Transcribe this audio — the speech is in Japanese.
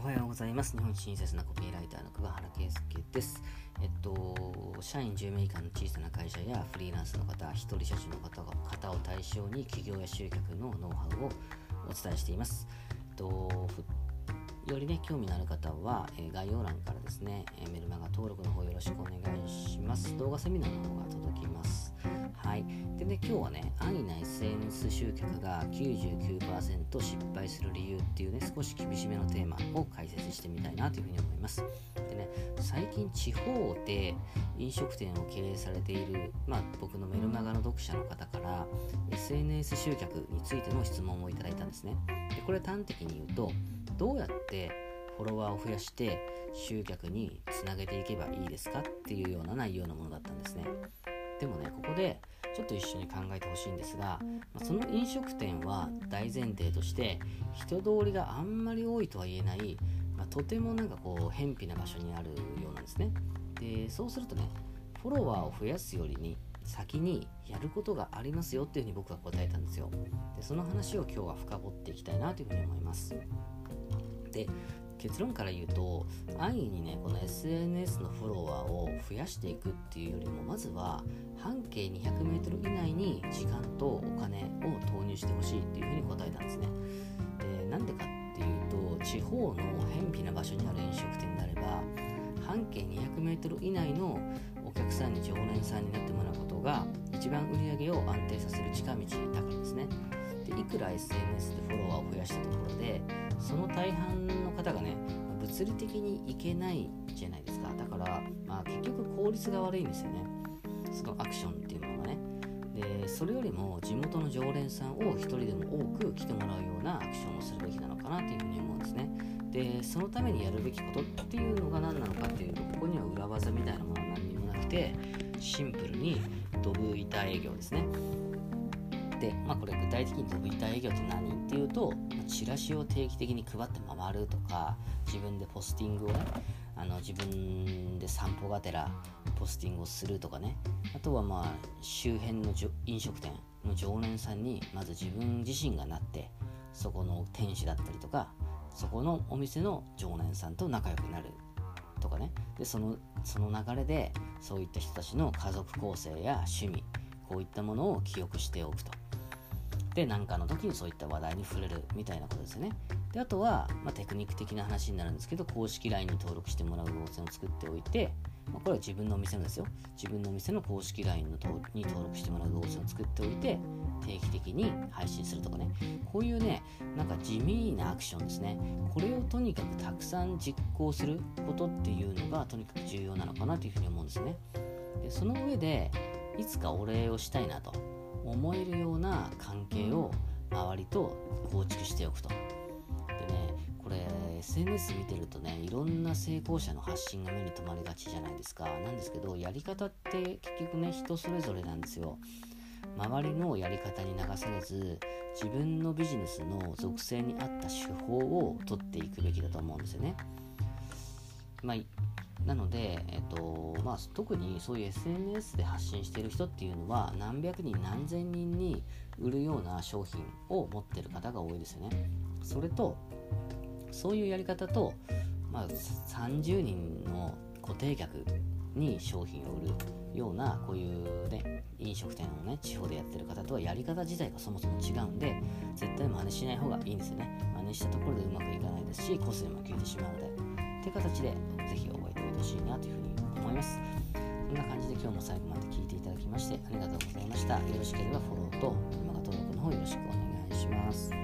おはようございます。日本一親切なコピーライターの桑原圭介です。社員10名以下の小さな会社やフリーランスの方、一人社長の方を対象に企業や集客のノウハウをお伝えしています。より興味のある方は、概要欄からですね、メルマガ登録の方よろしくお願いします。動画セミナーの方が届きます。はい。でね、今日は安易な SNS 集客が 99% 失敗する理由っていう少し厳しめのテーマを解説してみたいなというふうに思います。で最近地方で飲食店を経営されている、僕のメルマガの読者の方から SNS 集客についての質問をいただいたんですね。でこれ端的に言うと、どうやってフォロワーを増やして集客につなげていけばいいですかっていうような内容のものだったんですね。でもここでちょっと一緒に考えてほしいんですが、その飲食店は大前提として人通りがあんまり多いとは言えない、とても偏僻な場所にあるようなんですね。でそうするとフォロワーを増やすよりに先にやることがありますよっていうふうに僕は答えたんですよ。でその話を今日は深掘っていきたいなというふうに思います。で結論から言うと、安易にこの SNS のフォロワーを増やしていくっていうよりも、まずは半径 200m 以内に時間とお金を投入してほしいっていうふうに答えたんですね。でなんでかっていうと、地方の偏僻な場所にある飲食店であれば半径 200m 以内のお客さんに常連さんになってもらうことが一番売り上げを安定させる近道だからですね。でいくら SNS でフォロワーを増やしたところで、その大半の方が物理的にいけないじゃないですか。だから結局効率が悪いんですよね、そのアクションっていうものがでそれよりも地元の常連さんを一人でも多く来てもらうようなアクションをするべきなのかなというふうに思うんですね。でそのためにやるべきことっていうのが何なのかっていうと、ここには裏技みたいなものは何にもなくて、シンプルにドブ板営業ですね。でこれ具体的にドブ板営業って何っていうと、チラシを定期的に配って回るとか、自分でポスティングを自分で散歩がてらポスティングをするとかあとは周辺の飲食店の常連さんにまず自分自身がなって、そこの店主だったりとかそこのお店の常連さんと仲良くなるとかでその流れでそういった人たちの家族構成や趣味、こういったものを記憶しておくと。で何かの時にそういった話題に触れるみたいなことですよね。であとは、テクニック的な話になるんですけど、公式 LINE に登録してもらう動線を作っておいて、これは自分のお店のですよ、自分のお店の公式 LINE に登録してもらう動線を作っておいて定期的に配信するとかこういう地味なアクションですね。これをとにかくたくさん実行することっていうのがとにかく重要なのかなというふうに思うんですよね。でその上でいつかお礼をしたいなと思えるような関係を周りと構築しておくと。でこれ SNS 見てるといろんな成功者の発信が目に留まりがちじゃないですか。なんですけど、やり方って結局人それぞれなんですよ。周りのやり方に流されず、自分のビジネスの属性に合った手法を取っていくべきだと思うんですよね。なので、特にそういう SNS で発信している人っていうのは何百人何千人に売るような商品を持っている方が多いですよね。それとそういうやり方と、30人の固定客に商品を売るようなこういう飲食店を地方でやってる方とはやり方自体がそもそも違うんで、絶対真似しない方がいいんですよね。真似したところでうまくいかないですし、個性も消えてしまうのでって形でぜひ覚えておいてほしいなというふうに思います。こんな感じで今日も最後まで聞いていただきましてありがとうございました。よろしければフォローとメルマガ登録の方よろしくお願いします。